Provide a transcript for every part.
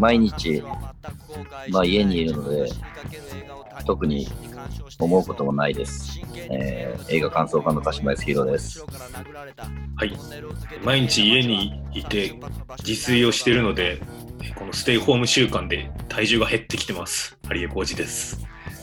毎日、家にいるので、特に思うこともないです。映画感想家の鹿島康弘です。 はい。毎日家にいて自炊をしているので、このステイホーム週間で体重が減ってきてます。有江浩二です。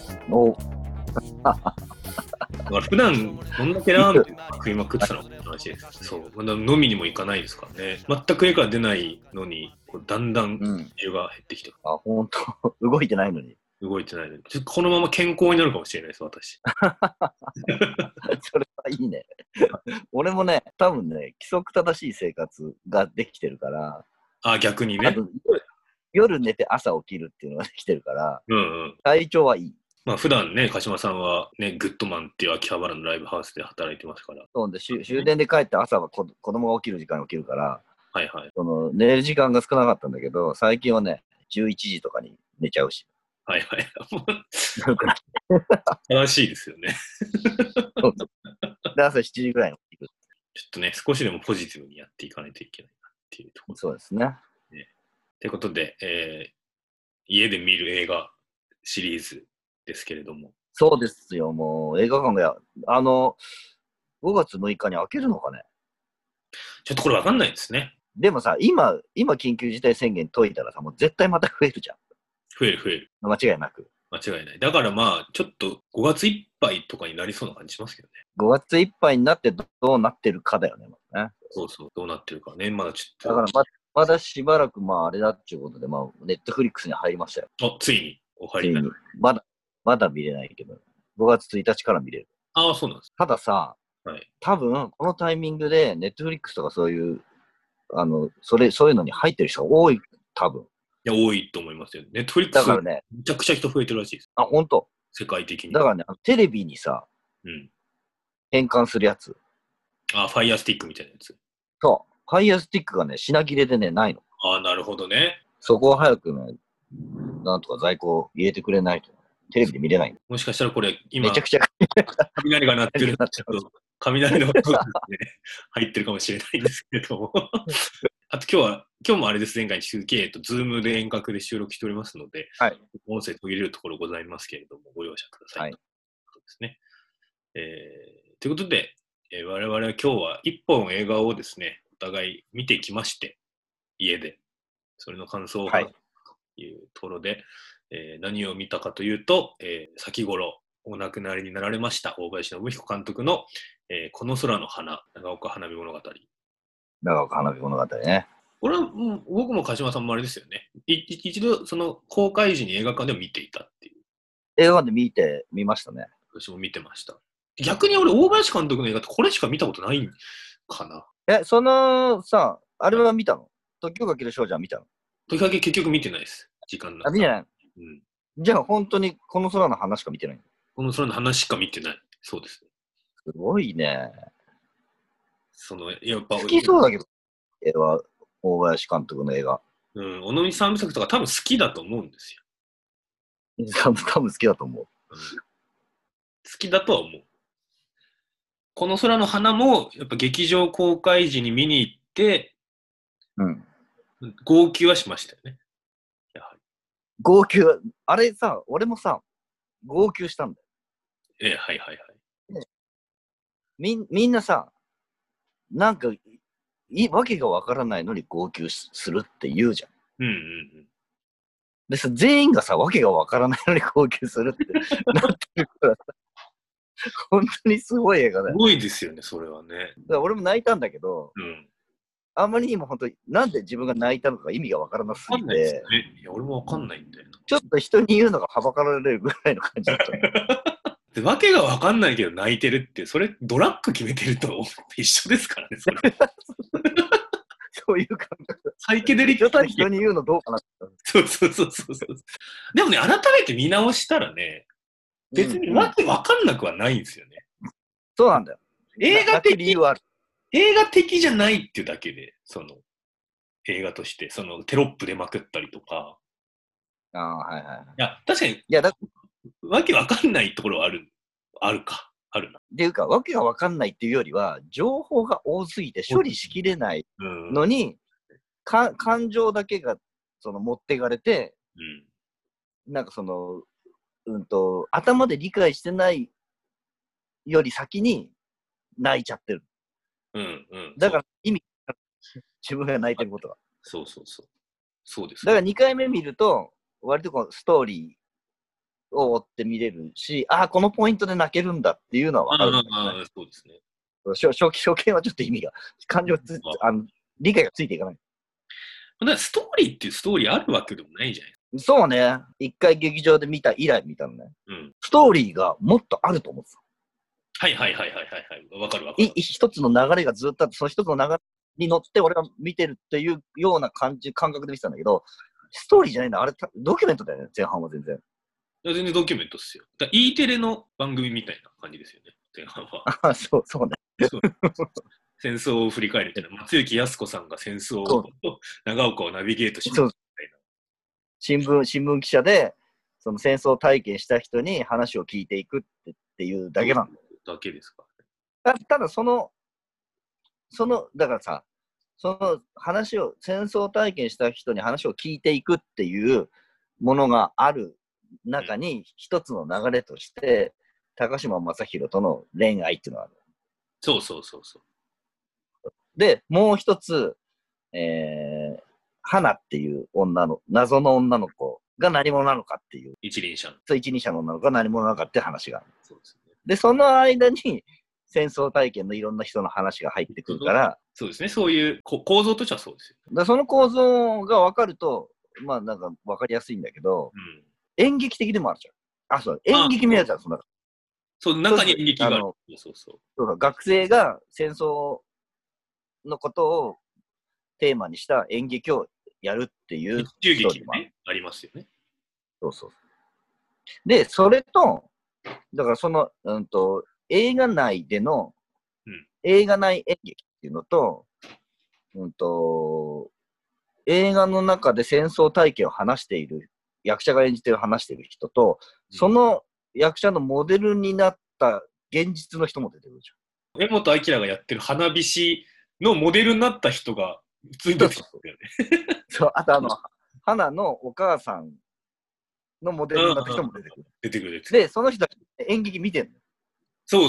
普段どんだけラーメン食いまくってたのって話です。そう。飲みにも行かないですからね。全く家から出ないのに、だんだん体重が減ってきてる。 本当動いてないのに。 動いてないのに。このまま健康になるかもしれないです、私。 それはいいね。俺もね、多分ね、規則正しい生活ができてるから、 逆にね。 夜寝て朝起きるっていうのができてるから、体調はいい。 普段ね、鹿島さんはね、グッドマンっていう秋葉原のライブハウスで働いてますから。 そうで、終電で帰って朝は子供が起きる時間に起きるから、 はいはい。 寝る時間が少なかったんだけど、最近はね、11時とかに寝ちゃうし。 はいはい。正しいですよね。 で、朝7時ぐらいに起きる。 ちょっとね、少しでもポジティブにやっていかないといけないなっていうところ。 そうですね。 ということで、家で見る映画シリーズですけれども。 そうですよ、もう映画館が、5月6日に開けるのかね。 ちょっとこれわかんないですね。 でもさ、今緊急事態宣言解いたらさ、もう絶対また増えるじゃん。 増える。 間違いなく。 間違いない。だからちょっと5月いっぱいとかになりそうな感じしますけどね。 5月いっぱいになってどうなってるかだよね、まだね。 そう、どうなってるかね。まだちょっと。 だからまだしばらく、あれだっていうことで、ネットフリックスに入りましたよ。 ついにお入りになる。 まだ見れないけど、5月1日から見れる。 そうなんです。 たださ、 はい、 多分、このタイミングで、ネットフリックスとかそういう、そういうのに入ってる人が多い、多分。 いや、多いと思いますよ。ネットフリックス、 だからね、 めちゃくちゃ人増えてるらしいです。 本当。 世界的に。 だからね、テレビにさ、変換するやつ。 ファイヤースティックみたいなやつ。 そう。ファイヤースティックがね、品切れでね、ないの。 なるほどね。 そこを早くね、なんとか在庫を入れてくれないと、テレビで見れない。 もしかしたらこれ、今、 めちゃくちゃ雷が鳴ってるんですけど、雷の音が、ね、入ってるかもしれないんですけれども。あと今日もあれです、前回に続き、ズームで遠隔で収録しておりますので、 はい、 音声途切れるところございますけれども、ご容赦ください。 はい。 ですね。ということで、我々は今日は一本映画をですね、お互い見てきまして、家で、それの感想を話すというところで、何を見たかというと、先頃お亡くなりになられました大林信彦監督の、この空の花、長岡花火物語。 長岡花火物語ね。 これは僕も鹿島さんもあれですよね。一度その公開時に映画館で見ていたっていう。 映画館で見ましたね。 私も見てました。逆に俺、大林監督の映画ってこれしか見たことないんかな。 そのさ、あれは見たの？時をかける少女は見たの？ 時かけ結局見てないです。時間な見てない。じゃあ本当にこの空の花しか見てない。 この空の話しか見てない。そうです。 すごいね。 やっぱ好きそうだけど、大林監督の映画。 尾道三部作とか多分好きだと思うんですよ。 多分好きだと思う。 好きだとは思う。この空の花も、やっぱ劇場公開時に見に行って、号泣はしましたよね。やはり。 号泣、あれさ、俺もさ、号泣したんだよ。 はい。 みんなさ、なんか、わけがわからないのに号泣するって言うじゃん。でさ、全員がさ、わけがわからないのに号泣するってなってるからさ、本当にすごい映画だよ。 すごいですよね、それはね。だから俺も泣いたんだけど、あまりにも本当に、なんで自分が泣いたのか意味がわからなすぎて、 いや、俺もわかんないんだよな。 ちょっと人に言うのがはばかられるぐらいの感じだったわけがわかんないけど泣いてるって、それドラッグ決めてると一緒ですからね、それ。 そういう感覚。 サイケデリック。 ちょっと人に言うのどうかなって。 そう。でもね、改めて見直したらね、別にわけわかんなくはないんですよね。 そうなんだよ。 映画的じゃないっていうだけで、映画として、テロップでまくったりとか。 はい。 いや、確かに、わけわかんないところはあるな。 っていうか、わけがわかんないっていうよりは、情報が多すぎて処理しきれないのに、感情だけがその持ってかれて、なんかその、頭で理解してないより先に泣いちゃってる。だから意味、自分が泣いてることが。 そうです、 だから2回目見ると、割とこうストーリーを追って見れるし、このポイントで泣けるんだっていうのは分かるんだけどね。 そうですね。 初見はちょっと意味が、感情理解がついていかない。 だからストーリーっていうストーリーあるわけでもないじゃないですか。そうね。一回劇場で見た以来見たのね。ストーリーがもっとあると思ってた。 はい。わかる。 一つの流れがずっとあって、その一つの流れに乗って俺が見てるっていうような感覚で見てたんだけど、ストーリーじゃないんだ。あれ、ドキュメントだよね、前半は全然。 全然ドキュメントっすよ。E テレの番組みたいな感じですよね、前半は。 そうね。 戦争を振り返るみたいな。松雪泰子さんが戦争を、長岡をナビゲートしてるみたいな。 新聞記者で、その戦争体験した人に話を聞いていくっていうだけなんだよ。 だけですか。 ただだからさ、その話を、戦争体験した人に話を聞いていくっていうものがある中に、一つの流れとして、高島正宏との恋愛っていうのがある。 そう。 で、もう一つ、花っていう謎の女の子が何者なのかっていう。 一輪車の女の子が何者なのかっていう話がある。 そうですね。 で、その間に、戦争体験のいろんな人の話が入ってくるから。 そうですね。そういう構造としてはそうですよ。 だその構造が分かると、まあなんか分かりやすいんだけど、演劇的でもあるじゃん。そう、演劇見えちゃう、 そう、中に演劇がある。 そう学生が戦争のことをテーマにした演劇をやるっていう日中劇ね、ありますよね。 そう。で、それと、だからその、映画内での、映画内演劇っていうのと、映画の中で戦争体験を話している、役者が演じて話している人と、その役者のモデルになった現実の人も出てくるじゃん。江本明がやってる花火師のモデルになった人が普通に出てくるよね。 そう、あと花のお母さんのモデルになった人も出てくる。 出てくる。 で、その人演劇見てんの。 そう。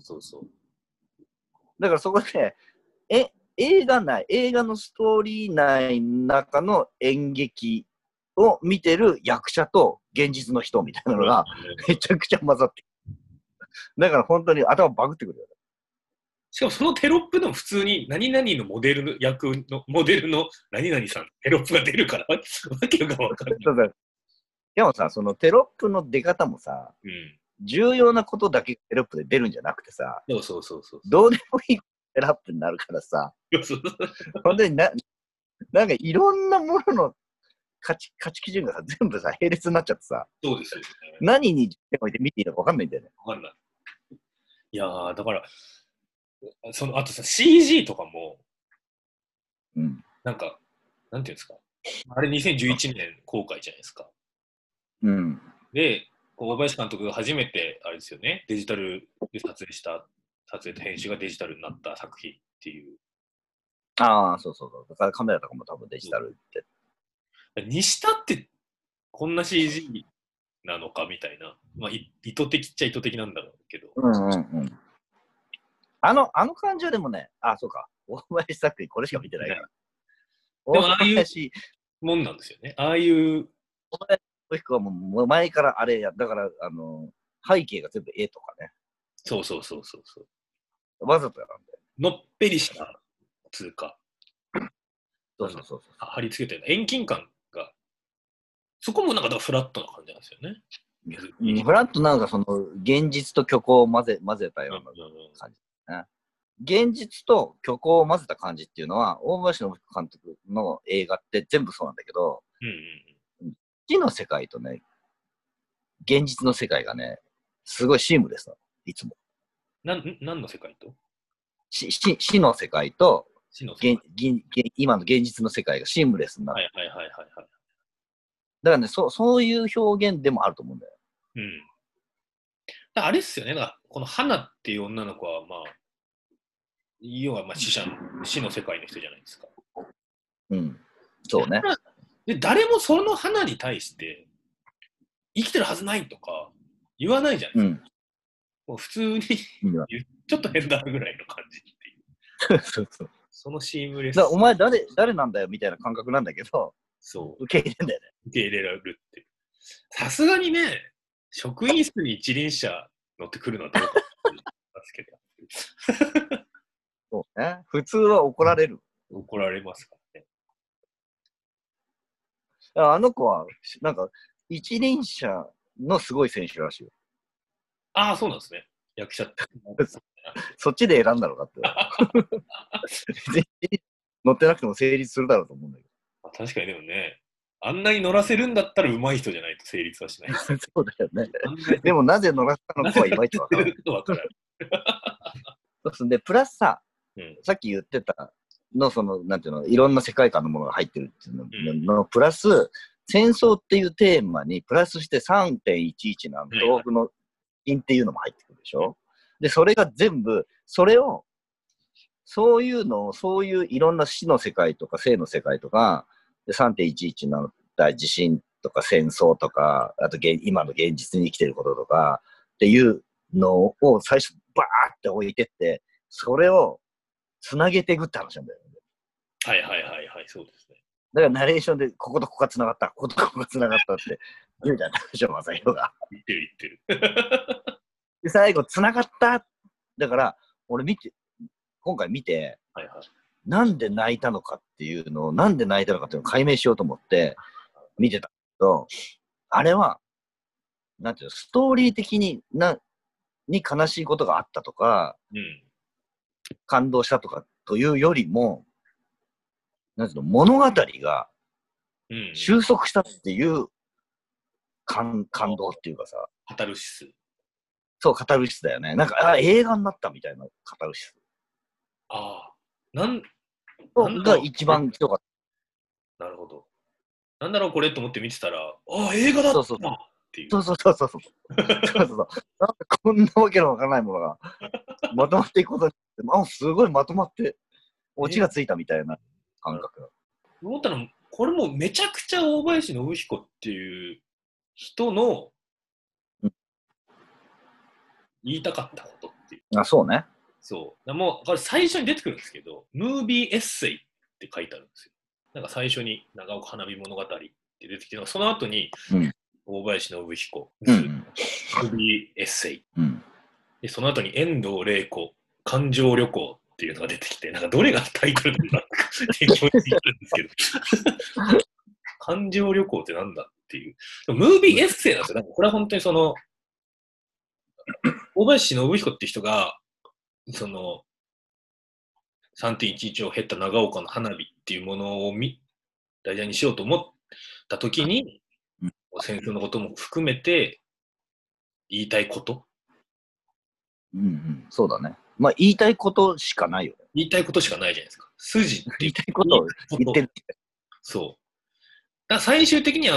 だからそこで、映画のストーリー内の中の演劇を見てる役者と現実の人みたいなのがめちゃくちゃ混ざってる。だから本当に頭バグってくるよね。 しかもそのテロップでも普通に何々のモデルの何々さんテロップが出るからわけが分かんない。 でもさ、そのテロップの出方もさ、重要なことだけテロップで出るんじゃなくてさ、 そう。 どうでもいいテロップになるからさ、本当になんかいろんなものの価値基準がさ全部さ並列になっちゃってさ、 そうですよね。 何に置いて見ていいのか分かんないんだよね。 分かんない。いやー、だから、あとさ、CG とかも、なんか、なんていうんですか、あれ2011年公開じゃないですか。で、小林監督が初めて、あれですよね、デジタルで撮影と編集がデジタルになった作品っていう。 そう。だからカメラとかも多分デジタルって。 にしたってこんな CG なのかみたいな。まあ、意図的っちゃ意図的なんだろうけど。 あの感じはでもね、そうか。大林作品これしか見てないから。 でもああいうもんなんですよね。ああいう。 大林はもう前からあれや、だから、背景が全部絵とかね。 そう。 わざとやなんだよ。 のっぺりした通貨。 そう。 貼り付けて遠近感が、そこもなんかフラットな感じなんですよね。 フラットなんかその現実と虚構を混ぜたような感じですね。現実と虚構を混ぜた感じっていうのは、大林信彦監督の映画って全部そうなんだけど、死の世界とね、現実の世界がね、すごいシームレスなの、いつも。 何の世界と死の世界と今の現実の世界がシームレスになる。だからね、そういう表現でもあると思うんだよ。 あれっすよね、この花っていう女の子は、まあ、要は死の世界の人じゃないですか。 そうね。 で、誰もその花に対して、生きてるはずないとか言わないじゃないですか。もう普通にちょっと変だぐらいの感じっていう。 そうそう。 そのシームレス。 だお前誰なんだよみたいな感覚なんだけど、 そう。 受け入れんだよね。 受け入れられるって。さすがにね、職員室に一輪車乗ってくるのはどうかと思いますけど。 そうね。普通は怒られる。 怒られますからね。 あの子は、なんか、一輪車のすごい選手らしいよ。 ああ、そうなんですね。役者って。 そっちで選んだのかって。乗ってなくても成立するだろうと思うんだけど。 確かにでもね、あんなに乗らせるんだったら上手い人じゃないと成立はしない。 そうだよね。でもなぜ乗らせたのかはいまいちわからない。そうですね。プラスさ、さっき言ってたの、その、なんていうの、いろんな世界観のものが入ってるっていうの、プラス、戦争っていうテーマにプラスして3.11 の東北の因っていうのも入ってくるでしょ。で、それが全部、そういうのを、そういういろんな死の世界とか生の世界とか、で 3.11 の大地震とか戦争とか、あと今の現実に生きてることとかっていうのを最初バーって置いてって、それをつなげていくって話なんだよね。 はいはいはいはい、そうですね。 だからナレーションでこことここがつながった、こことここがつながったって言うじゃないでしょ、正宏が。 言ってる。 で、最後つながった。だから、俺今回見て、 はいはい、 なんで泣いたのかっていうのを、なんで泣いたのかっていうのを解明しようと思って見てたけど、あれは、なんていうの、ストーリー的に悲しいことがあったとか、感動したとかというよりも、なんていうの、物語が収束したっていう感動っていうかさ。 カタルシス。 そう、カタルシスだよね。なんか、映画になったみたいなカタルシス。 ああ。なんが一番強かった。なるほど。なんだろうこれと思って見てたら、ああ、映画だったっていう。 そう。そう。なんかこんなわけのわからないものがまとまっていくことによって、すごいまとまって、オチがついたみたいな感覚だ。 思ったの、これもめちゃくちゃ大林信彦っていう人の言いたかったことっていう。 あ、そうね。 そう。もう、これ最初に出てくるんですけど、ムービーエッセイって書いてあるんですよ。なんか最初に長岡花火物語って出てきて、その後に、大林信彦、ムービーエッセイ。で、その後に遠藤玲子、感情旅行っていうのが出てきて、なんかどれがタイトルなんだって気持ちになるんですけど、感情旅行ってなんだっていう。ムービーエッセイなんですよ。なんかこれは本当にその、大林信彦って人が、その、3.11 を経った長岡の花火っていうものを題材にしようと思ったときに、戦争のことも含めて言いたいこと。 そうだね。まあ、言いたいことしかないよね。 言いたいことしかないじゃないですか。筋って言いたいことを言ってる。 そう。だから最終的に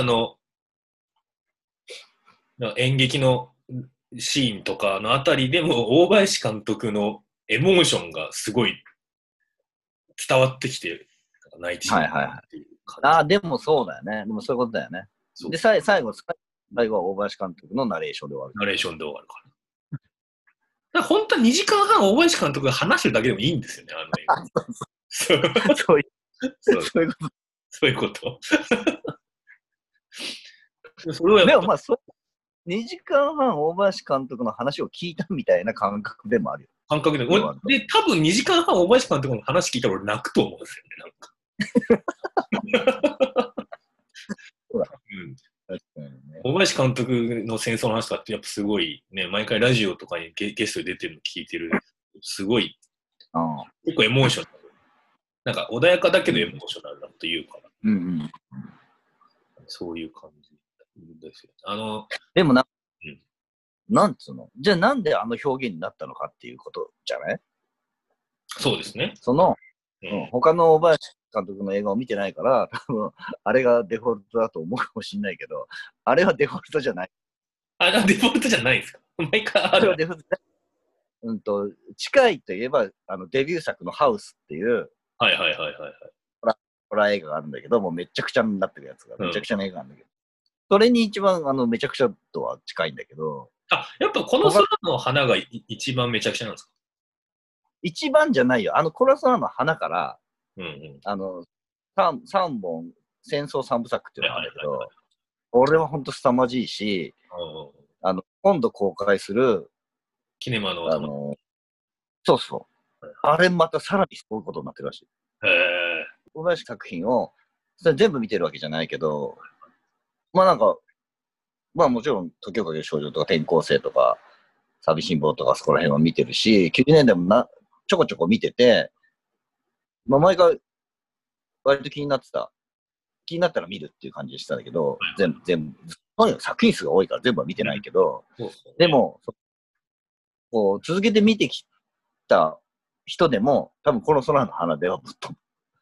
演劇のシーンとかのあたりでも大林監督のエモーションがすごい伝わってきて泣いてしまうっていう感じ。でもそうだよね。でもそういうことだよね。で、最後は大林監督のナレーションで終わる。 ナレーションで終わるから。だから本当は2時間半大林監督が話してるだけでもいいんですよね、あの映画。 そういうこと。 それはでもまあ2時間半大林監督の話を聞いたみたいな感覚でもあるよ。 感覚で。で、多分2時間半大林監督の話聞いたら俺泣くと思うんですよね、なんか。そうだ。大林監督の戦争の話とかってやっぱすごいね、毎回ラジオとかにゲストで出てるの聞いてる。すごい、結構エモーショナル。なんか穏やかだけどエモーショナルだというから。そういう感じですよ。 でもなんつうの、じゃあなんであの表現になったのかっていうことじゃない？ そうですね。 他の大林監督の映画を見てないから、多分あれがデフォルトだと思うかもしれないけど、あれはデフォルトじゃない。 デフォルトじゃないですか？毎回ある。 デフォルト近いといえばデビュー作のハウスっていう、ホホラー映画があるんだけど、もうめちゃくちゃになってるやつが、めちゃくちゃな映画なんだけど、それに一番めちゃくちゃとは近いんだけど。 やっぱこの空の花が一番めちゃくちゃなんですか？ 一番じゃないよ。この空の花から、3本、戦争3部作っていうのがあるんだけど、俺は本当凄まじいし、今度公開する、 キネマのそうそう。あれまたさらにすごいことになってるらしい。小林作品を、それ全部見てるわけじゃないけど、まあなんか、まあもちろん、時をかける少女とか転校生とか、寂しん坊とかそこら辺は見てるし、90年代もちょこちょこ見てて、まあ毎回、割と気になってた。気になったら見るっていう感じでしたんだけど、全部、とにかく作品数が多いから全部は見てないけど、でも、こう続けて見てきた人でも、多分この空の花ではぶっと。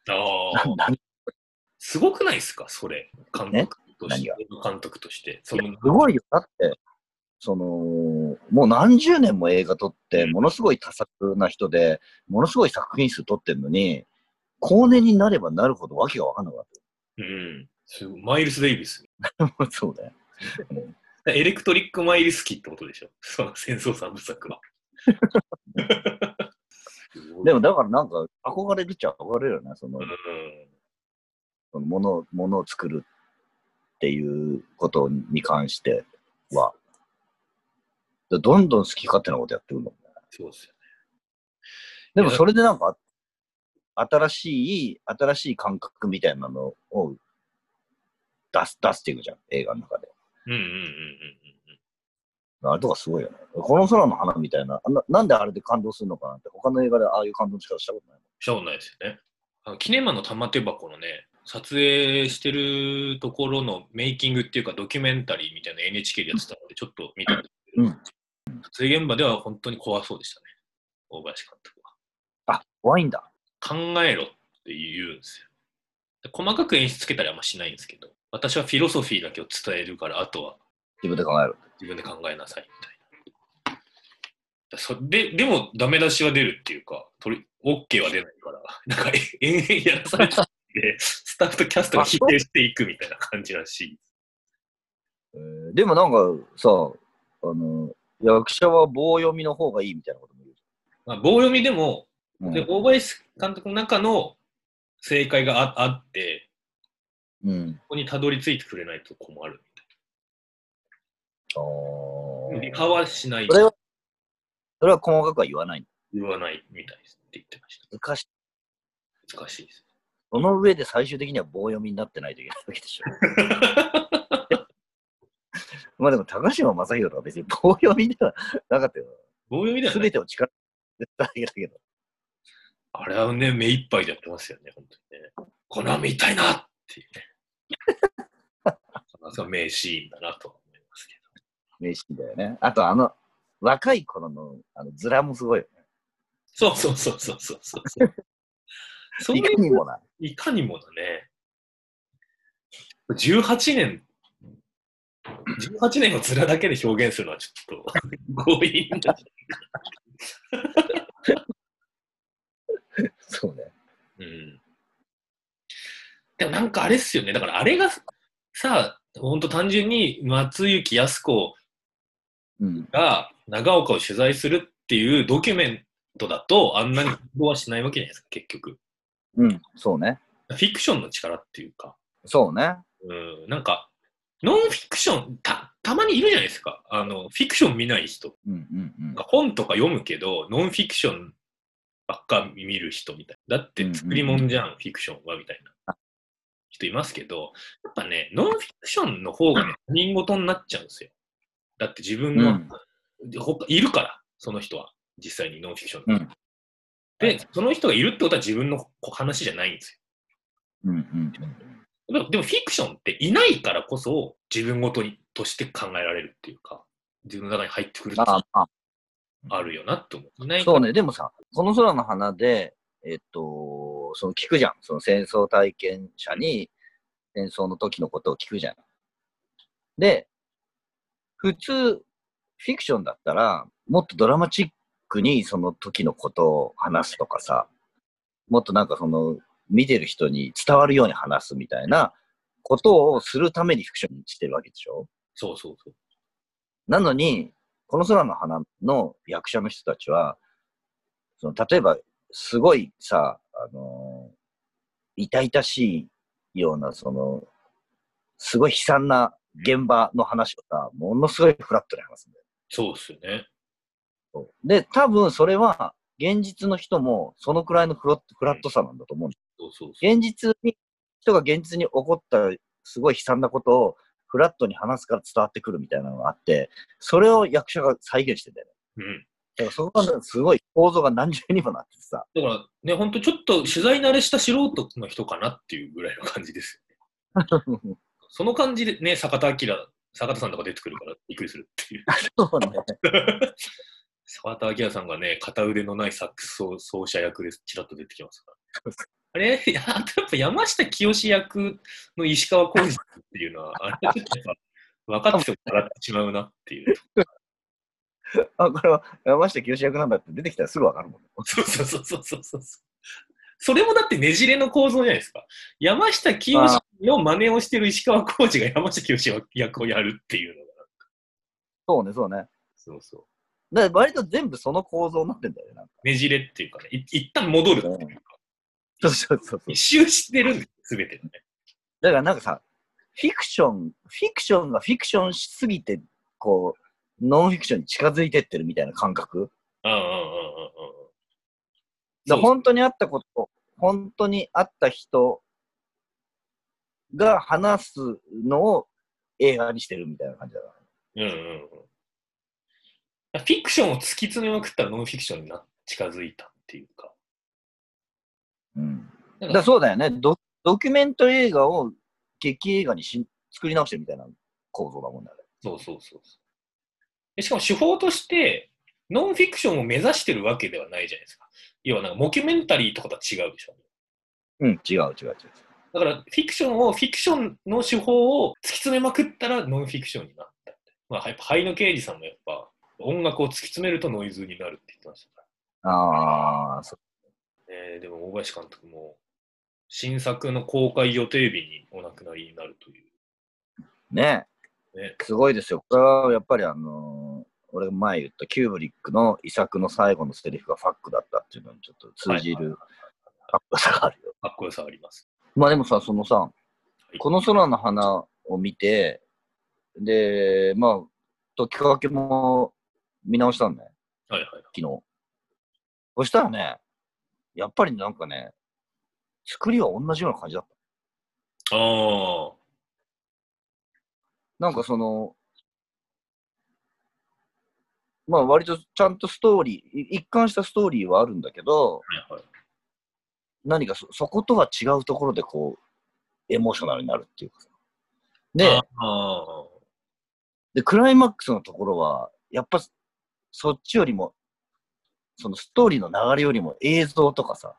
すごくないですか、それ、監督として。監督として。 すごいよ。だって、もう何十年も映画撮って、ものすごい多作な人で、ものすごい作品数撮ってるのに、後年になればなるほどわけがわかんなくなってる。マイルス・デイビス。 そうだよ。 エレクトリック・マイルスキーってことでしょ、その戦争三部作は。 でもだからなんか憧れるっちゃ憧れるよね、ものを作るっていうことに関しては。どんどん好き勝手なことやってるもんね。 そうですよね。 でもそれでなんか、新しい感覚みたいなのを出していくじゃん、映画の中で。あれとかすごいよね。この空の花みたいな、なんであれで感動するのかなって、他の映画でああいう感動の仕方したことない。 したことないですよね。キネマの玉手箱のね、撮影してるところのメイキングっていうかドキュメンタリーみたいな NHK でやってたのでちょっと見たんですけど、撮影現場では本当に怖そうでしたね、大林監督は。 あ、怖いんだ。 考えろって言うんですよ。細かく演出つけたりはあんましないんですけど、私はフィロソフィーだけを伝えるから、あとは自分で考える。 自分で考えなさいみたいな。でもダメ出しは出るっていうか、OK は出ないから、なんか延々やらされてて、スタッフとキャストが否定していくみたいな感じらしい。 でもなんかさ、役者は棒読みの方がいいみたいなことも言う。 棒読みでも、大林監督の中の正解があって、ここにたどり着いてくれないと困るみたいな。リハはしない。 それは細かくは言わない。 言わないみたいですって言ってました。 難しいです。 その上で最終的には棒読みになってないといけないわけでしょ。まあでも高島正宏とか別に棒読みではなかったよ。 棒読みでは全てを力でただけだけど。 あれはね、目いっぱいでやってますよね、本当にね。この見たいなっていうね。名シーンだなと思いますけど。 名シーンだよね。あと若い頃のズラもすごいよね。 そう。 いかにもな。 いかにもだね。18年のズラだけで表現するのはちょっと強引なんじゃないか。 そうね。 でもなんかあれっすよね。だからあれがさ、ほんと単純に松雪泰子が長岡を取材するっていうドキュメントだとあんなに感動はしないわけじゃないですか、結局。 そうね。 フィクションの力っていうか。 そうね。 なんか、ノンフィクション、たまにいるじゃないですか。フィクション見ない人。本とか読むけど、ノンフィクションばっか見る人みたいな。だって作り物じゃん、フィクションは、みたいな人いますけど、やっぱね、ノンフィクションの方がね、他人事になっちゃうんですよ。だって自分の、いるから、その人は。実際にノンフィクション。で、その人がいるってことは自分の話じゃないんですよ。でもフィクションっていないからこそ自分ごととして考えられるっていうか、自分の中に入ってくるってあるよなって思う。 そうね、でもさ、この空の花で、その聞くじゃん。その戦争体験者に戦争の時のことを聞くじゃん。で、普通、フィクションだったら、もっとドラマチックにその時のことを話すとかさ、もっとなんか見てる人に伝わるように話すみたいなことをするためにフィクションにしてるわけでしょ。 そうそうそう。 なのに、この空の花の役者の人たちは、例えば、すごいさ、痛々しいような、すごい悲惨な現場の話をさ、ものすごいフラットに話すんだよ。 そうっすよね。 で、多分それは、現実の人もそのくらいのフラットさなんだと思うんだ。 そうそうそう。 現実に、人が現実に起こったすごい悲惨なことをフラットに話すから伝わってくるみたいなのがあって、それを役者が再現してんだよね。 うん。 だからそこがすごい構造が何重にもなってさ。 だからね、ほんとちょっと取材慣れした素人の人かなっていうぐらいの感じですよね。その感じでね、坂田さんとか出てくるからびっくりするっていう。 そうね。 坂田明さんがね、片腕のないサックス奏者役でちらっと出てきますから。あれ、あとやっぱ山下清役の石川浩二っていうのは、あれはちょっとやっぱ分かってても笑ってしまうなっていう。 あ、これは山下清役なんだって出てきたらすぐ分かるもんね。 そうそうそうそうそう。それもだってねじれの構造じゃないですか。山下清の真似をしてる石川浩二が山下清役をやるっていうのが。 そうね、そうね。 そうそう。 だから割と全部その構造になってんだよね。なんかねじれっていうかね、一旦戻るっていうか。 そうそうそう。 一周してるんです、すべてね。 だからなんかさ、フィクションがフィクションしすぎて、こう、ノンフィクションに近づいてってるみたいな感覚。 うんうんうんうんうん。 だ本当にあったこと、本当にあった人が話すのを映画にしてるみたいな感じだから。 うんうんうん。フィクションを突き詰めまくったらノンフィクションに近づいたっていうか。 うん。だそうだよね。ドキュメント映画を劇映画に作り直してるみたいな構造だもんね。 そうそうそう。しかも手法として、ノンフィクションを目指してるわけではないじゃないですか。要はなんかモキュメンタリーとかとは違うでしょ。 うん、違う。 だからフィクションの手法を突き詰めまくったらノンフィクションになった。まあ、やっぱハイノ刑事さんもやっぱ音楽を突き詰めるとノイズになるって言ってましたから。 ああ、そう。 でも大林監督も新作の公開予定日にお亡くなりになるという。 ねすごいですよ。これはやっぱり俺が前言ったキューブリックの遺作の最後のセリフがファックだったっていうのにちょっと通じるかっこよさがあるよ。 かっこよさあります。 まあでもさ、この空の花を見て、で、まあ、時かけも見直したんだよ。 はいはい。 昨日。そしたらね、やっぱりなんかね、作りは同じような感じだった。 ああ。 なんかまあ割とちゃんとストーリー、一貫したストーリーはあるんだけど、 はいはい、 何かそことは違うところでこう、エモーショナルになるっていうか。で、クライマックスのところは、やっぱそっちよりも、そのストーリーの流れよりも映像とかさ、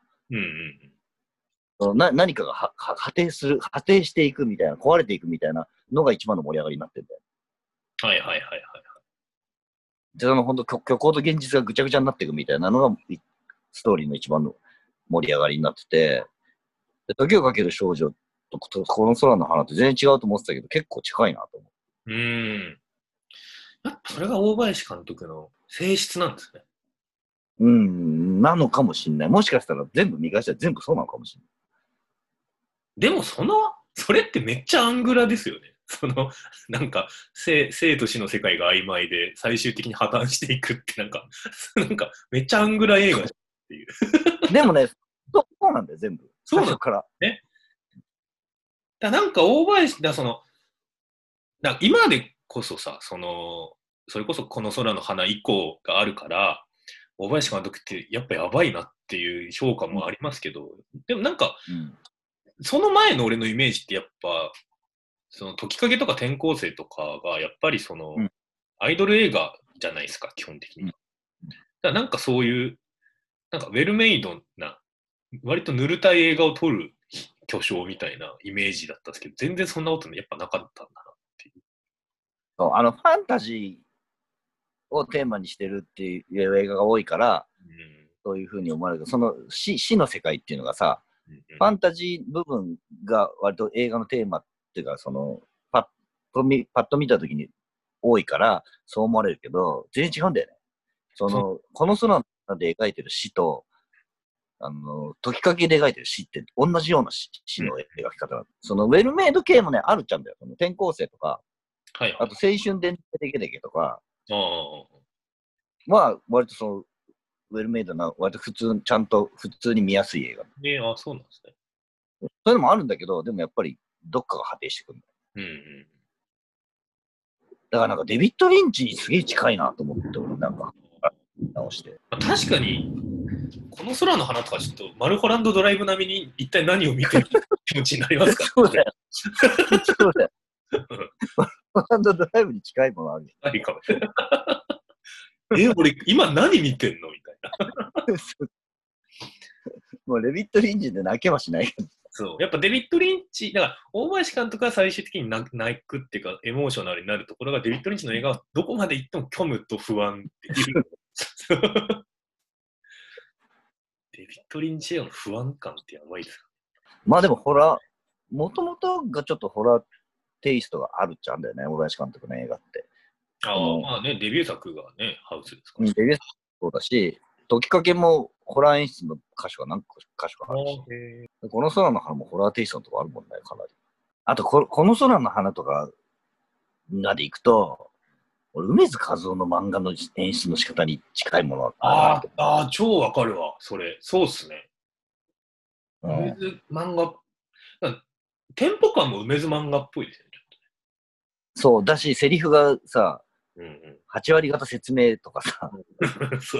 何かが破定していくみたいな、壊れていくみたいなのが一番の盛り上がりになってるんだよ。 はいはいはいはい。 で、本当虚構と現実がぐちゃぐちゃになっていくみたいなのが、ストーリーの一番の盛り上がりになってて、で時をかける少女とこの空の花って全然違うと思ってたけど、結構近いなと思う。 やっぱそれが大林監督の性質なんですね。 なのかもしんない。もしかしたら全部見返したら全部そうなのかもしんない。 でもそれってめっちゃアングラですよね。なんか、生と死の世界が曖昧で、最終的に破綻していくって、なんかめっちゃアングラ映画っていう。 でもね、そうなんだよ、全部。最初から。 ね。なんか大林、今でこそさ、それこそこの空の花以降があるから、大林監督ってやっぱやばいなっていう評価もありますけど、でもなんか、その前の俺のイメージってやっぱ、その時影とか転校生とかがやっぱりアイドル映画じゃないですか、基本的に。だからなんかそういう、なんかウェルメイドな、割とぬるたい映画を撮る巨匠みたいなイメージだったんですけど、全然そんなことやっぱなかったんだなっていう。 ファンタジーをテーマにしてるっていう映画が多いから、そういうふうに思われる。その死の世界っていうのがさ、 ファンタジー部分が割と映画のテーマっていうか、パッと見たときに多いから、そう思われるけど、全然違うんだよね。この空で描いてる死と、解きかけで描いてる死って同じような死の描き方なの。ウェルメイド系もね、あるっちゃうんだよ。転校生とか、 はい、 あと青春伝説的だけとか、 は割とウェルメイドな、割とちゃんと普通に見やすい映画。 そうなんですね。 そういうのもあるんだけど、でもやっぱりどっかが果てしてくるんだよ。だからなんかデビッド・リンチにすげえ近いなと思って、俺なんか直して。 確かに、この空の花とかちょっとマルホランドドライブ並みに一体何を見てる気持ちになりますかそうだよ。そうだよ。マルホランドドライブに近いものあるよ。 ありかもしれない。俺今何見てんのみたいな。 もうデビッド・リンチで泣けはしないけど。 そう。やっぱデビッド・リンチ、だから大林監督が最終的に泣くっていうか、エモーショナルになるところが、デビッド・リンチの映画はどこまで行っても虚無と不安っていう。デビッド・リンチへの不安感ってやばいですか？ まあでももともとがちょっとホラーテイストがあるっちゃうんだよね、大林監督の映画って。 まあね、デビュー作がね、ハウスですから。 デビュー作そうだし、解きかけもホラー演出の箇所が何箇所かあるし、この空の花もホラーテイストのとこあるもんね、かなり。あとこの空の花とかがでいくと、俺、梅津和夫の漫画の演出の仕方に近いもの超わかるわ、それ。そうっすね。梅津漫画、テンポ感も梅津漫画っぽいですよね。 そうだし、セリフがさ、8割方説明とかさ。 そう。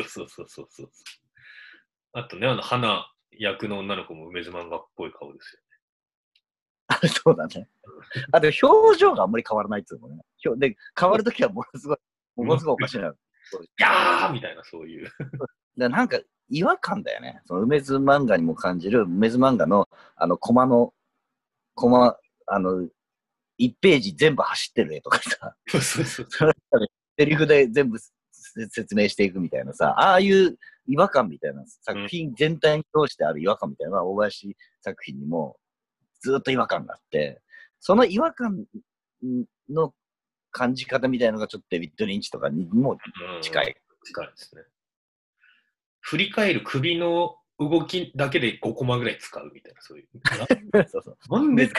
あとね、花役の女の子も梅津漫画っぽい顔ですよね。そうだね。あと、表情があんまり変わらないっていうのね。で、変わるときはものすごいおかしいな。 いやーみたいな、そういう。 なんか、違和感だよね。梅津漫画にも感じる、梅津漫画の、1ページ全部走ってる絵とかさ。セリフで全部説明していくみたいなさ、ああいう違和感みたいな、作品全体に通してある違和感みたいなのは、大林作品にもずっと違和感があって、その違和感の感じ方みたいなのがちょっとデビッド・リンチとかにも近い。 近いですね。振り返る首の動きだけで5コマぐらい使うみたいな、そういう。 そう。 なんで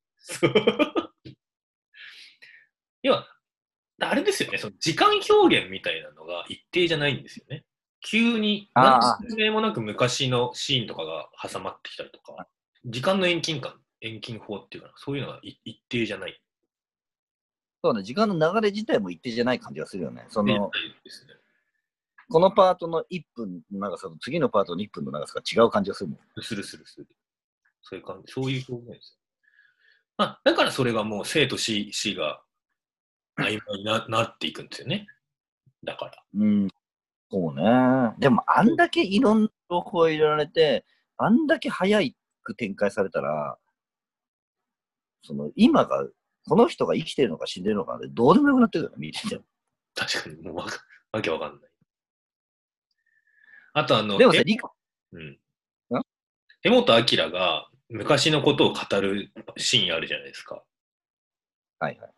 要は、あれですよね、その時間表現みたいなのが一定じゃないんですよね。急に、何の説明もなく昔のシーンとかが挟まってきたりとか、時間の遠近法っていうか、そういうのが一定じゃない。 そうね、時間の流れ自体も一定じゃない感じがするよね。このパートの1分の長さと次のパートの1分の長さが違う感じがするもん。 する。そういう感じ、そういう表現です。だからそれがもう生と死が曖昧になっていくんですよね。だから。 そうね。でも、あんだけいろんな情報を入れられて、あんだけ早く展開されたら、今が、この人が生きてるのか死んでるのかで、どうでもよくなってるよね、見てて。 確かに、もうわけわかんない。あとでもさ、 江本明が昔のことを語るシーンあるじゃないですか。 はいはい。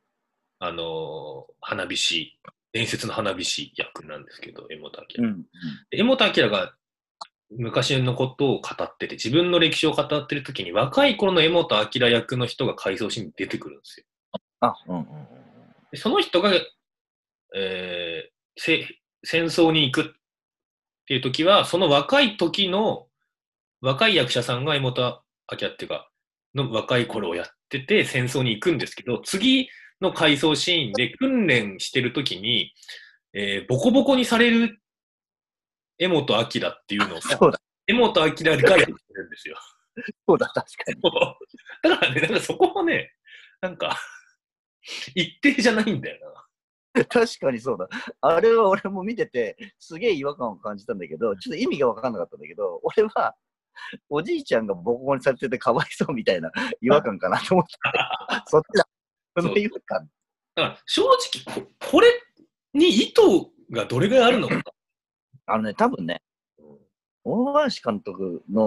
花火師、伝説の花火師役なんですけど、江本明。江本明が昔のことを語ってて、自分の歴史を語ってる時に、若い頃の江本明役の人が回想シーンに出てくるんですよ。その人が、戦争に行くっていう時は、その若い時の若い役者さんが江本明っていうか、の若い頃をやってて戦争に行くんですけど、次の回想シーンで訓練してる時に、ボコボコにされる江本明っていうのを、江本明がやってるんですよ。 そうだ、確かに。 だからね、なんかそこもね、なんか、一定じゃないんだよな。確かにそうだ。あれは俺も見てて、すげえ違和感を感じたんだけど、ちょっと意味が分かんなかったんだけど、俺は、おじいちゃんがボコボコにされててかわいそうみたいな違和感かなと思って、そっちだ。その違和感。 だから正直これに意図がどれぐらいあるのか。 多分ね、大林監督の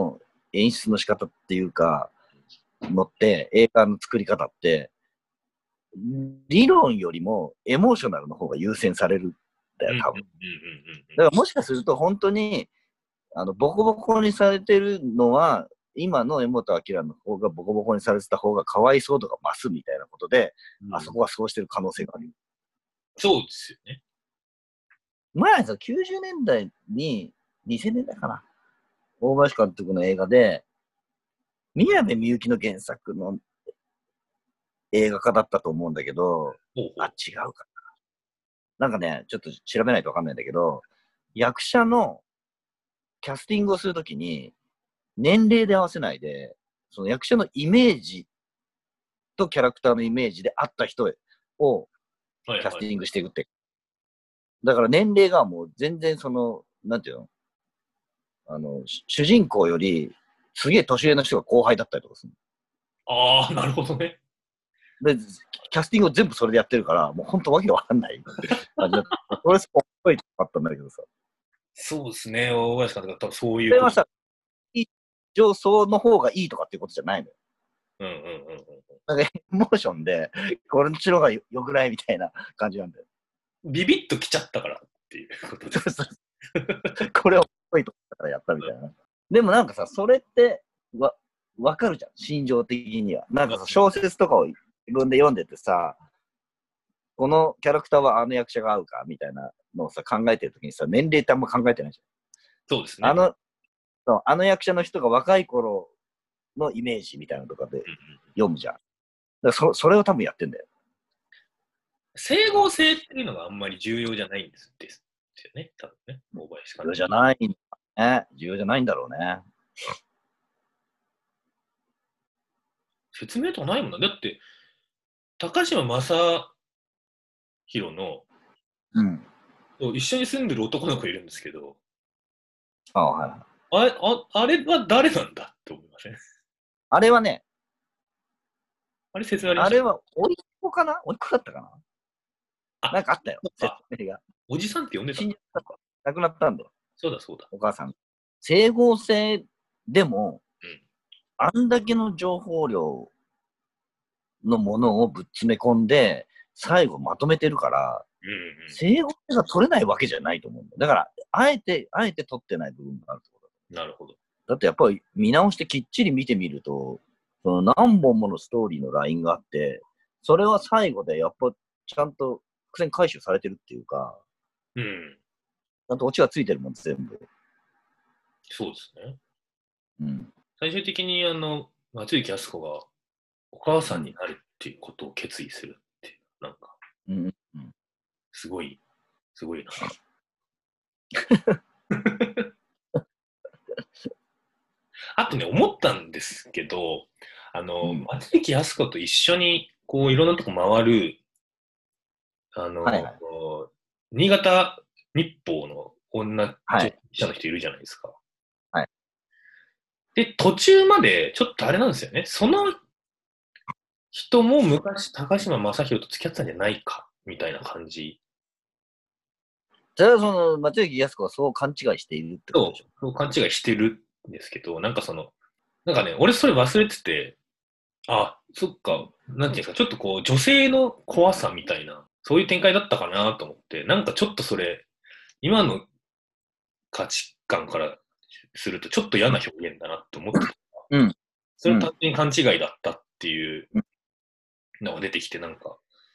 演出の仕方っていうか、のって、映画の作り方って、理論よりもエモーショナルの方が優先されるんだよ、多分。だからもしかすると本当に、ボコボコにされてるのは、今の柄本明の方がボコボコにされてた方がかわいそう度が増すみたいなことで、あそこはそうしてる可能性がある。 そうですよね。 前さ、90年代に、2000年代かな。大林監督の映画で、宮部みゆきの原作の映画化だったと思うんだけど、違うかな。なんかね、ちょっと調べないとわかんないんだけど、役者のキャスティングをするときに、年齢で合わせないで、その役者のイメージとキャラクターのイメージで合った人をキャスティングしていくって。だから年齢がもう全然なんていうの主人公よりすげえ年上の人が後輩だったりとかする。 ああ、なるほどね。 で、キャスティングを全部それでやってるから、もう本当わけわかんない感じだった。これすごいかったんだけどさ。 そうですね、大林監督は多分そういう。 それはさ、上層の方がいいとかっていうことじゃないのよ。なんかエモーションで、こっちの方が良くないみたいな感じなんだよ。 ビビッときちゃったからっていうことです。 これをぽいと思ったからやったみたいな。でもなんかさ、それってわかるじゃん、心情的には。なんかさ、小説とかを自分で読んでてさ、このキャラクターはあの役者が合うかみたいなのをさ、考えてるときにさ、年齢ってあんま考えてないじゃん。そうですね。 あの役者の人が若い頃のイメージみたいなのとかで読むじゃん。だからそれを多分やってんだよ。 整合性っていうのがあんまり重要じゃないんですよね、多分ね。大林監督。 重要じゃないんだね。重要じゃないんだろうね。 説明とかないもんな。だって、高島正宏の、一緒に住んでる男の子いるんですけど、 はい。 あれは誰なんだって思いません？ あれはね、 あれ説明ありました？ あれは、おいっ子かな？おいっ子だったかな？なんかあったよ、説明が。 おじさんって呼んでたの？ 亡くなったんだよ。 そうだそうだ。 お母さん。整合性でも、あんだけの情報量のものをぶっ詰め込んで、最後まとめてるから、整合性が取れないわけじゃないと思うんだよ。だから、あえて取ってない部分があるってことだ。なるほど。 だってやっぱり見直してきっちり見てみると、その何本ものストーリーのラインがあって、それは最後でやっぱちゃんと伏線回収されてるっていうか、ちゃんとオチがついてるもん、全部。 そうですね。最終的に松雪泰子がお母さんになるっていうことを決意するっていう、なんか、すごいな。あとね、思ったんですけど、松雪泰子と一緒に、こう、いろんなとこ回る、新潟日報の女記者の人いるじゃないですか。 はい。 で、途中まで、ちょっとあれなんですよね。その人も昔、高島正宏と付き合ってたんじゃないか、みたいな感じ。 それはその、松雪泰子はそう勘違いしているってことでしょ？ そう勘違いしてるんですけど、なんかね、俺それ忘れてて、あ、そっか、なんていうんですか、ちょっとこう、女性の怖さみたいな、そういう展開だったかなと思って、なんかちょっとそれ、今の価値観からするとちょっと嫌な表現だなって思ってた。それは単純に勘違いだったっていうのが出てきて、なんか、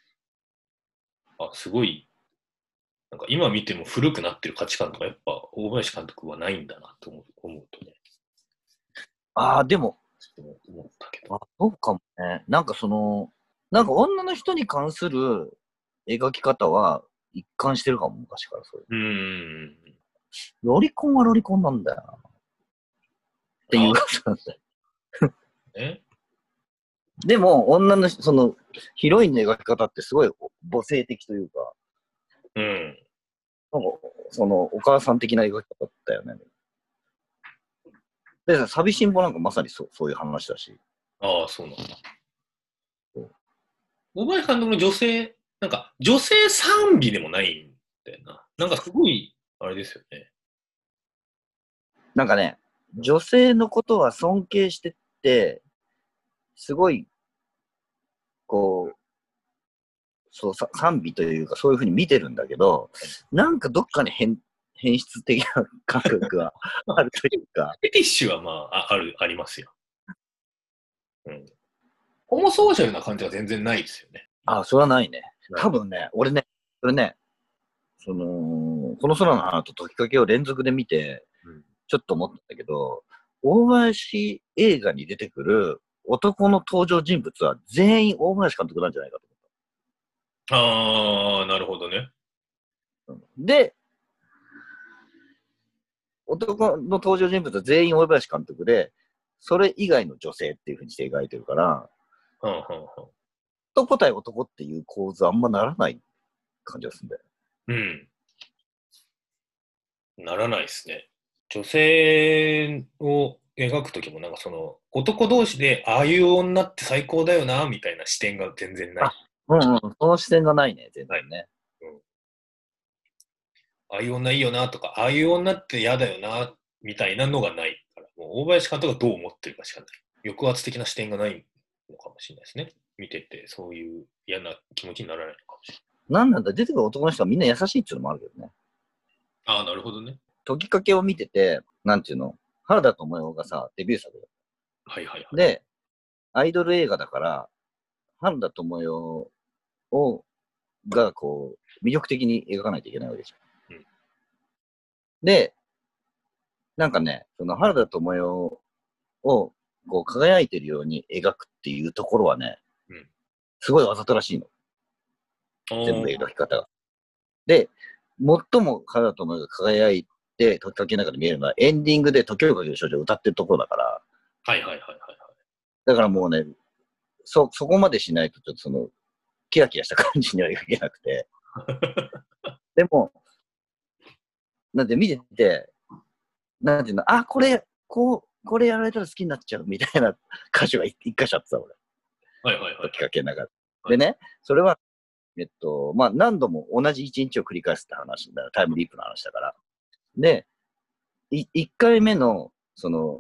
すごい、なんか今見ても古くなってる価値観とかやっぱ大林監督はないんだなと思うとね。 でも、 思ったけど。 そうかもね。なんかなんか女の人に関する描き方は一貫してるかも、昔からそういう。ロリコンはロリコンなんだよな。っていうことなんだよ。でも、女のヒロインの描き方ってすごい母性的というか、なんか、お母さん的な描き方だよね。で、寂しんぼなんかまさにそういう話だし。 そうなんだ。大林監督の女性、なんか、女性賛美でもないんだよな。なんかすごい、あれですよね。 なんかね、 女性のことは尊敬してって、すごい、こう、そう賛美というかそういうふうに見てるんだけど、なんかどっかに変質的な感覚があるというか。 フェティッシュはまあ、ありますよ。うん。ホモソーシャルな感じは全然ないですよね。 あ、それはないね。多分ね、俺ね、それね、この空の花と時かけを連続で見て、ちょっと思ったんだけど、大林映画に出てくる男の登場人物は全員大林監督なんじゃないかと思った。 ああ、なるほどね。 で、男の登場人物は全員大林監督で、それ以外の女性っていうふうにして描いてるから、男対男っていう構図あんまならない感じがするんだよ。 うん。ならないですね。女性を描くときも、なんかその、男同士で、ああいう女って最高だよな、みたいな視点が全然ない。 その視点がないね、全然ね。 ああいう女いいよなとか、ああいう女って嫌だよな、みたいなのがないから、もう大林監督がどう思ってるかしかない。抑圧的な視点がないのかもしれないですね。見てて、そういう嫌な気持ちにならないのかもしれない。 なんなんだ、出てくる男の人はみんな優しいっていうのもあるけどね。 ああ、なるほどね。 時かけを見てて、なんていうの、原田知世がさ、デビュー作だよ。 はいはいはい。 で、アイドル映画だから、原田知世がこう、魅力的に描かないといけないわけじゃん。で、なんかね、その原田知世をこう輝いてるように描くっていうところはね、すごいわざとらしいの。全部描き方が。で、最も原田知世が輝いて、時かけの中で見えるのは、エンディングで時をかける少女を歌ってるところだから。 はいはいはいはい。 だからもうね、そこまでしないと、ちょっとその、キラキラした感じには描けなくて。でも、なんで見てて、なんていうの、あ、これやられたら好きになっちゃうみたいな歌詞が一箇所あってさ、俺。 はいはいはい。 時かけながら。でね、それは、まあ、何度も同じ一日を繰り返すって話だ、タイムリープの話だから。で、1回目の、その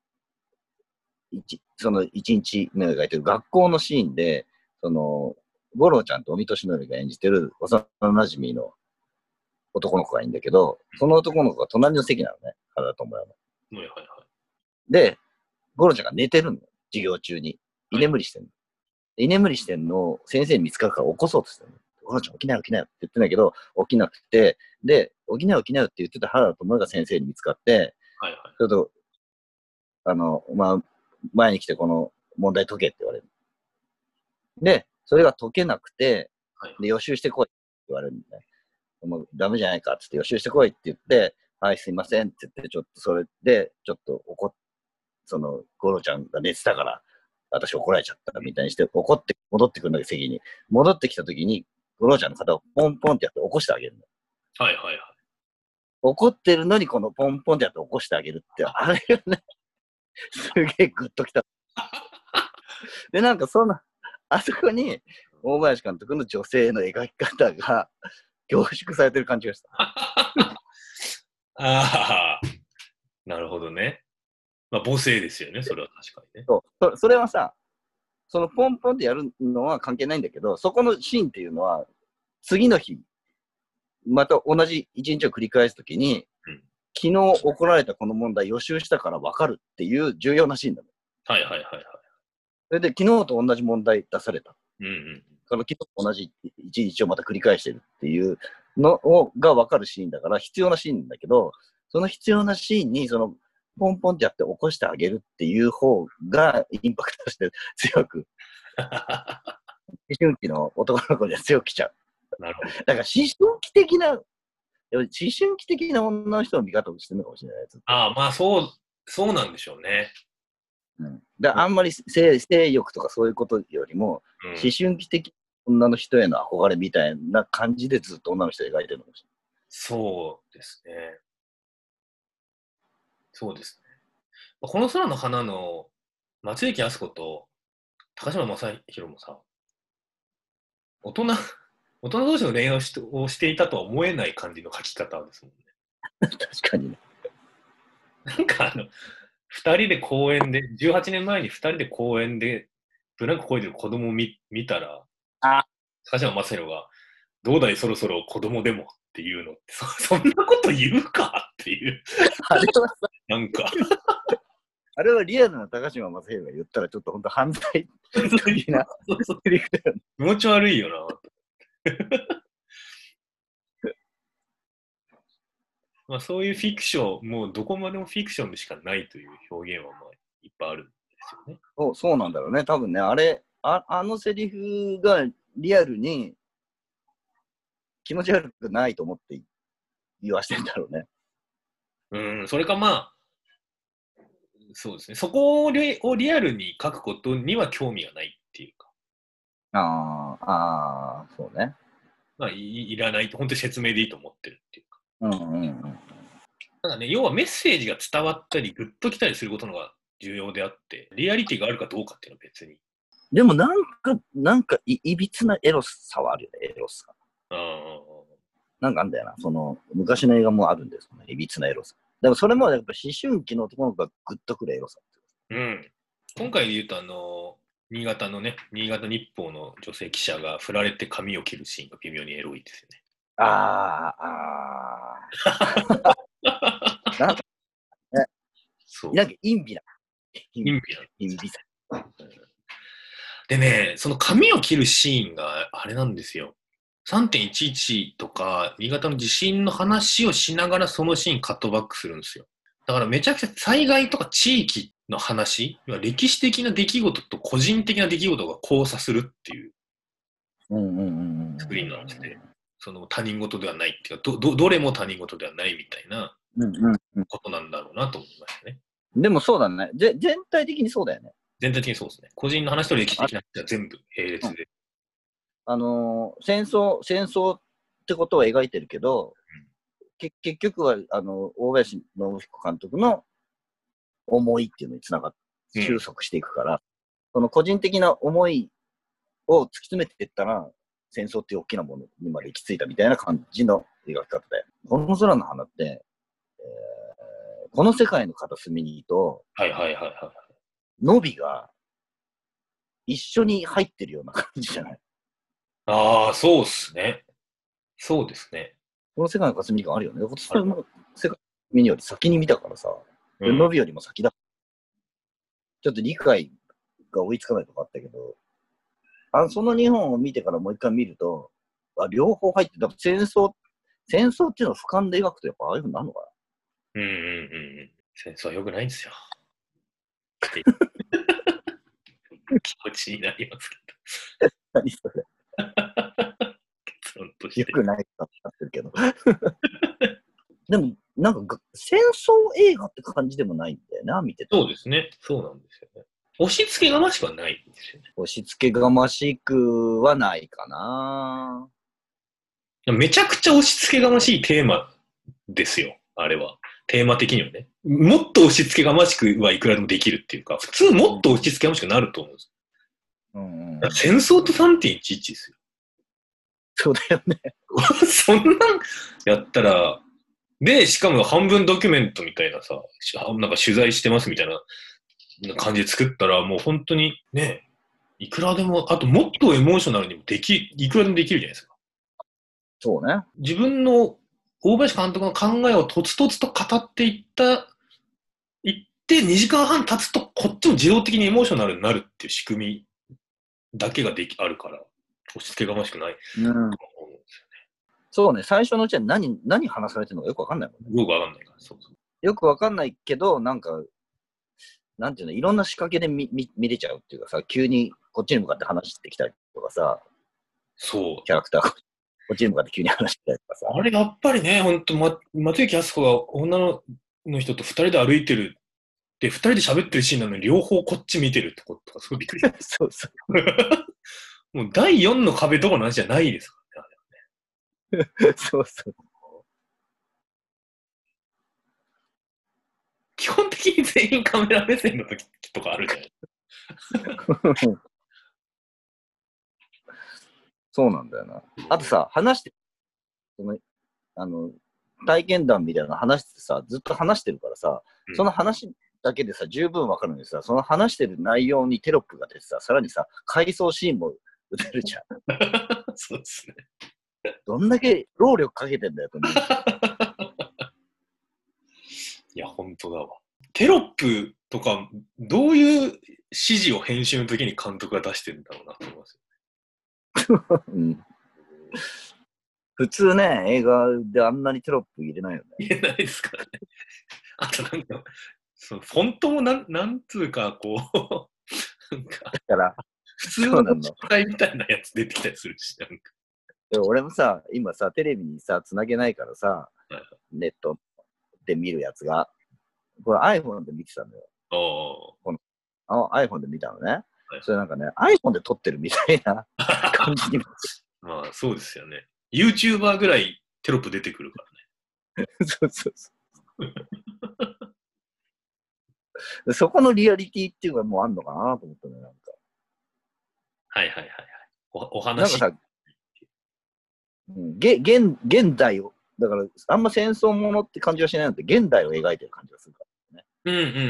一日目を描いてる学校のシーンで、五郎ちゃんと尾身俊則が演じてる幼馴染の男の子がいいんだけど、その男の子が隣の席なのね、原田知世の。 はいはいはい。 で、五郎ちゃんが寝てるの、授業中に。居眠りしてんの。居眠りしてんの、先生に見つかるから起こそうとしてるの。五郎ちゃん起きなよ起きなよって言ってんだけど、起きなくて、で、起きなよ起きなよって言ってた原田知世が先生に見つかって、 はいはい、 ちょっと、まあ、前に来てこの問題解けって言われる。で、それが解けなくて、で、予習してこいって言われるんだね。もうダメじゃないかっつって予習してこいって言って、はい、すいませんって言って、ちょっとそれで、ちょっとゴロちゃんが寝てたから、私怒られちゃったみたいにして、怒って戻ってくるんだけど、席に。戻ってきた時に、ゴロちゃんの肩をポンポンってやって起こしてあげるんだ。 はいはいはい。 怒ってるのにこのポンポンってやって起こしてあげるって、あれがね、すげえグッときた。で、なんかあそこに、大林監督の女性の描き方が凝縮されてる感じがした。 ああ、なるほどね。まあ、母性ですよね、それは確かにね。 それはさ、そのポンポンってやるのは関係ないんだけど、そこのシーンっていうのは、次の日、また同じ一日を繰り返すときに、昨日怒られたこの問題予習したから分かるっていう重要なシーンだね。 はいはいはいはい。 それで昨日と同じ問題出された。昨日と同じ一日をまた繰り返してるっていうのが分かるシーンだから必要なシーンだけど、その必要なシーンにポンポンってやって起こしてあげるっていう方がインパクトとして強く、思春期の男の子には強く来ちゃう。 なるほど。 だから思春期的な女の人の見方をしてるのかもしれない。 ああ、まあそうなんでしょうね。 あんまり性欲とかそういうことよりも、思春期的女の人への憧れみたいな感じでずっと女の人を描いてるのかもしれない。 そうですね。そうですね。この空の花の松雪泰子と高島正宏もさ、大人同士の恋愛をしていたとは思えない感じの書き方ですもんね。 確かにね。 なんか 2人で公園で、18年前に2人で公園でブランコ漕いでる子供を見たら、鹿島正宏が、どうだいそろそろ子供でもっていうのって、そんなこと言うかっていう。 あれはさ、 なんか。 あれはリアルな高島正宏が言ったらちょっと本当犯罪的なセリフだよね。 気持ち悪いよな。まあそういうフィクション、もうどこまでもフィクションでしかないという表現はまあいっぱいあるんですよね。 そうなんだろうね。多分ね、あのセリフがリアルに気持ち悪くないと思って言わしてんだろうね。 それかまあ、そうですね。そこをリアルに書くことには興味がないっていうか。 そうね。 まあいらないと、本当に説明でいいと思ってるっていうか。ただね、要はメッセージが伝わったり、グッときたりすることのが重要であって、リアリティがあるかどうかっていうのは別に。 でもなんかいびつなエロさはあるよね、エロさ。なんかあんだよな、その、昔の映画もあるんですよね、いびつなエロさ。でもそれもやっぱ思春期の男の子がグッとくるエロさ。 今回で言うと、新潟日報の女性記者が振られて髪を切るシーンが微妙にエロいですよね。 なんか、ね、なんか陰微な。陰微さ。 でね、その髪を切るシーンがあれなんですよ。3.11 とか、新潟の地震の話をしながらそのシーンカットバックするんですよ。だからめちゃくちゃ災害とか地域の話、歴史的な出来事と個人的な出来事が交差するっていう作りになってて、その他人事ではないっていうか、どれも他人事ではないみたいなことなんだろうなと思いましたね。 でもそうだね。全体的にそうだよね。 全体的にそうですね。個人の話と歴史的な話は全部並列で。 戦争ってことを描いてるけど、結局は大林信彦監督の思いっていうのにつながって収束していくから、その個人的な思いを突き詰めていったら、戦争っていう大きなものにまで行き着いたみたいな感じの描き方で、この空の花って、この世界の片隅にと、ノビが一緒に入ってるような感じじゃない？ ああ、そうっすね。そうですね。 この世界の片隅があるよね。その世界の見により先に見たからさ、ノビよりも先だ。ちょっと理解が追いつかないとこあったけど、その2本を見てからもう一回見ると、両方入って、だから戦争っていうのを俯瞰で描くとやっぱああいうふうになるのかな。 戦争は良くないんですよ。気持ちになりますけど。 何それ。 結論として。 良くないかってなってるけど。でも、なんか戦争映画って感じでもないんだよな、見てて。 そうですね。そうなんですよね。押し付けがましくはないんですよね。 押し付けがましくはないかな。 めちゃくちゃ押し付けがましいテーマですよ、あれは。テーマ的にはね。もっと押し付けがましくはいくらでもできるっていうか、普通もっと押し付けがましくなると思うんです。戦争と 3.11 ですよ。 そうだよね。 そんなんやったら、で、しかも半分ドキュメントみたいなさ、なんか取材してますみたいな感じで作ったら、もう本当にね、いくらでも、あともっとエモーショナルにもいくらでもできるじゃないですか。 そうね。 自分の大林監督の考えをとつとつと語っていって2時間半経つとこっちも自動的にエモーショナルになるっていう仕組みだけがあるから、押し付けがましくない。 そうね、最初のうちは何話されてるのかよくわかんないもんね。 よくわかんないから、そうそう。 よくわかんないけど、なんか、なんていうの、いろんな仕掛けで見れちゃうっていうかさ、急にこっちに向かって話してきたりとかさ、 そう。 キャラクターがこっちに向かって急に話してきたりとかさ。 あれやっぱりね、ほんと、松雪泰子が女の人と2人で歩いてる、で、2人で喋ってるシーンなのに両方こっち見てるってことがすごいびっくりした。 そうそう。 もう第4の壁どころの話じゃないですからね。 そうそう。 基本的に全員カメラ目線の時とかあるじゃないそうなんだよな。あとさ、話して、体験談みたいなの話してさ、ずっと話してるからさ、その話しだけでさ、十分わかるのにさ、その話してる内容にテロップが出てさ、さらにさ、回想シーンも打てるじゃん。 そうですね。 どんだけ労力かけてんだよと思う。 いや、本当だわ。テロップとか、どういう指示を編集の時に監督が出してるんだろうなと思いますよ、うん。普通ね、映画であんなにテロップ入れないよね。 入れないですからね。あとなんか、そのフォントもなんつうか、こう、なんか、 だから、 普通の機械みたいなやつ出てきたりするし、なんか。 俺もさ、今さ、テレビにさ、つなげないからさ、はいはい、ネットで見るやつが、これ iPhone で見てたんだよ。このiPhone で見たのね。はい、それなんかね、iPhone で撮ってるみたいな感じに。 まあ、そうですよね。YouTuber ぐらいテロップ出てくるからね。 そうそうそう。そこのリアリティっていうのがもうあんのかなと思ったね、なんか。 はいはいはいはい。お話。 なんかさ、現代を、だからあんま戦争ものって感じはしないので、現代を描いてる感じがするからね。 うんうんうんうん。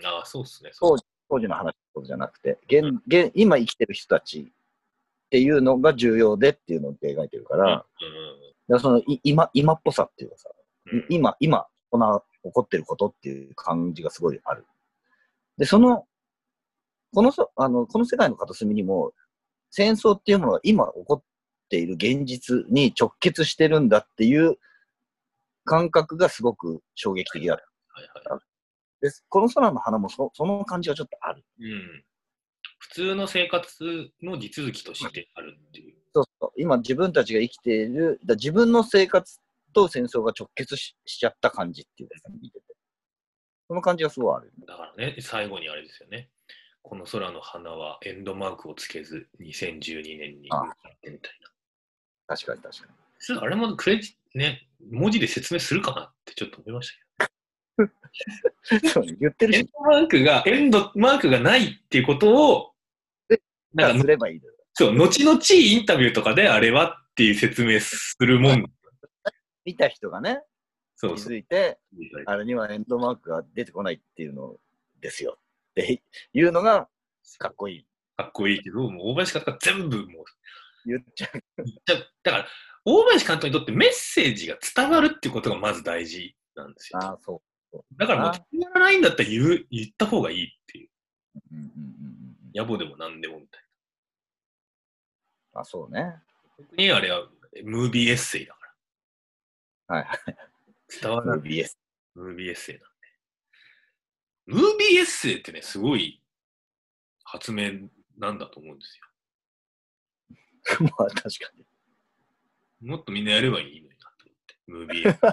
ああ、そうですね。 当時の話じゃなくて、今生きてる人たちっていうのが重要でっていうのって描いてるから、だからその今っぽさっていうかさ、今起こってることっていう感じがすごいある。で、この世界の片隅にも、戦争っていうものが今起こっている現実に直結してるんだっていう感覚がすごく衝撃的だった。でこの空の花もその感じがちょっとある。 うん。普通の生活の地続きとしてあるっていう。 そうそう。今自分たちが生きている、自分の生活と戦争が直結 しちゃった感じっていうか、見てて。その感じがすごいある、 だからね、最後にあれですよね。この空の花はエンドマークをつけず、2012年に向かってみたいな。確かに確かに。あれもね、文字で説明するかなってちょっと思いましたけど。そう言ってるし。 エンドマークがないっていうことを、 なんかすればいい。 そう、後々インタビューとかであれはっていう説明するもん。 見た人がね、気づいて、あれにはエンドマークが出てこないっていうのですよっていうのがかっこいい。 かっこいいけど、もう大林監督が全部もう言っちゃう。 だから、大林監督にとってメッセージが伝わるっていうことがまず大事なんですよ。 ああ、そう。 だからもう伝わらないんだったら言った方がいいっていう。野暮でも何でもみたいな。あ、そうね。 特にあれはムービーエッセイだから。はいはい。 伝わらない。ムービーエッセイなんで。ムービーエッセイってね、すごい発明なんだと思うんですよ。まあ確かに。 もっとみんなやればいいのになと思って。ムービーエッ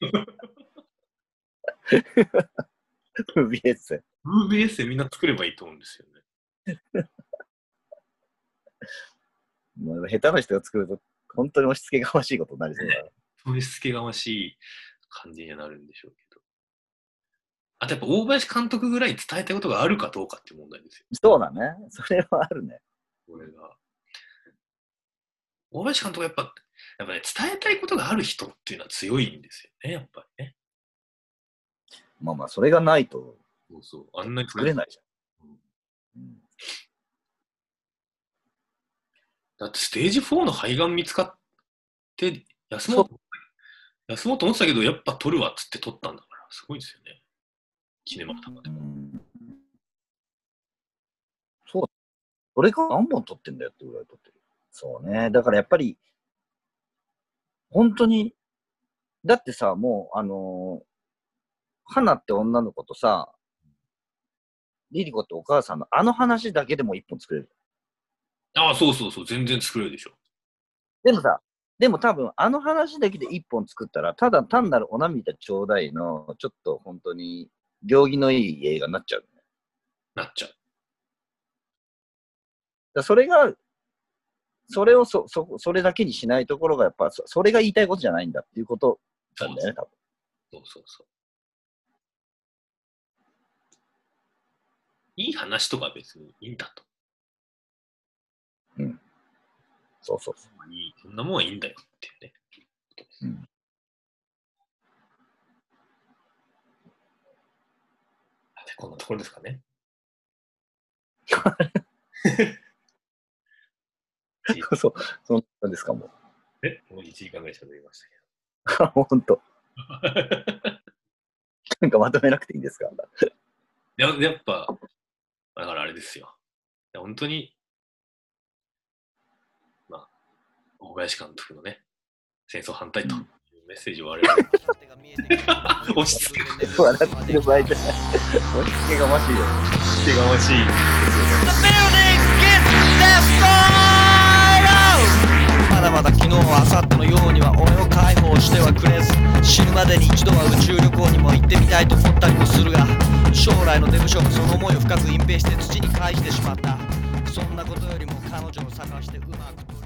セイ。ムービーエッセイ。 ムービーエッセイみんな作ればいいと思うんですよね。 もう下手な人が作ると、本当に押し付けがましいことになりそうだな。 押し付けがましい感じにはなるんでしょうけど。あとやっぱ大林監督ぐらい伝えたいことがあるかどうかっていう問題ですよ。 そうだね。それはあるね。 これが。大林監督はやっぱね、伝えたいことがある人っていうのは強いんですよね、やっぱりね。 まあまあ、それがないと、 そうあんなに作れないじゃん。 だってステージ4の肺がん見つかって休もうと思ってたけど、やっぱ取るわっつって取ったんだから、すごいですよね。キネマタで。 そう。それが何本取ってんだよってぐらい取ってる。そうね。だからやっぱり、本当に、だってさ、もう、花って女の子とさ、リリコってお母さんのあの話だけでも一本作れる。 ああ、そう、全然作れるでしょ。 でも多分あの話だけで一本作ったら、ただ単なるお涙ちょうだいの、ちょっと本当に行儀のいい映画になっちゃう、ね。 なっちゃう。 それが、それをそれだけにしないところが、やっぱそれが言いたいことじゃないんだっていうことなんだよね、多分。 そう。いい話とか別にいいんだと。 うん。そう。 そんなもんはいいんだよっていうね。うん。 こんなところですかね。 そうなんですか、もう。 もう1時間ぐらい喋りましたけど。ほんと。 けなんかまとめなくていいんですか？ やっぱ、だからあれですよ。本当に、まあ、大林監督のね、戦争反対というメッセージを我々押し付け笑ってる場合じゃない。押し付けがましいよ。 押し付けがましいですよね。まだまだ昨日は明後日のようには俺を解放してはくれず、死ぬまでに一度は宇宙旅行にも行ってみたいと思ったりもするが、将来のデブショックその思いを深く隠蔽して土に返してしまった。そんなことよりも彼女を探してうまく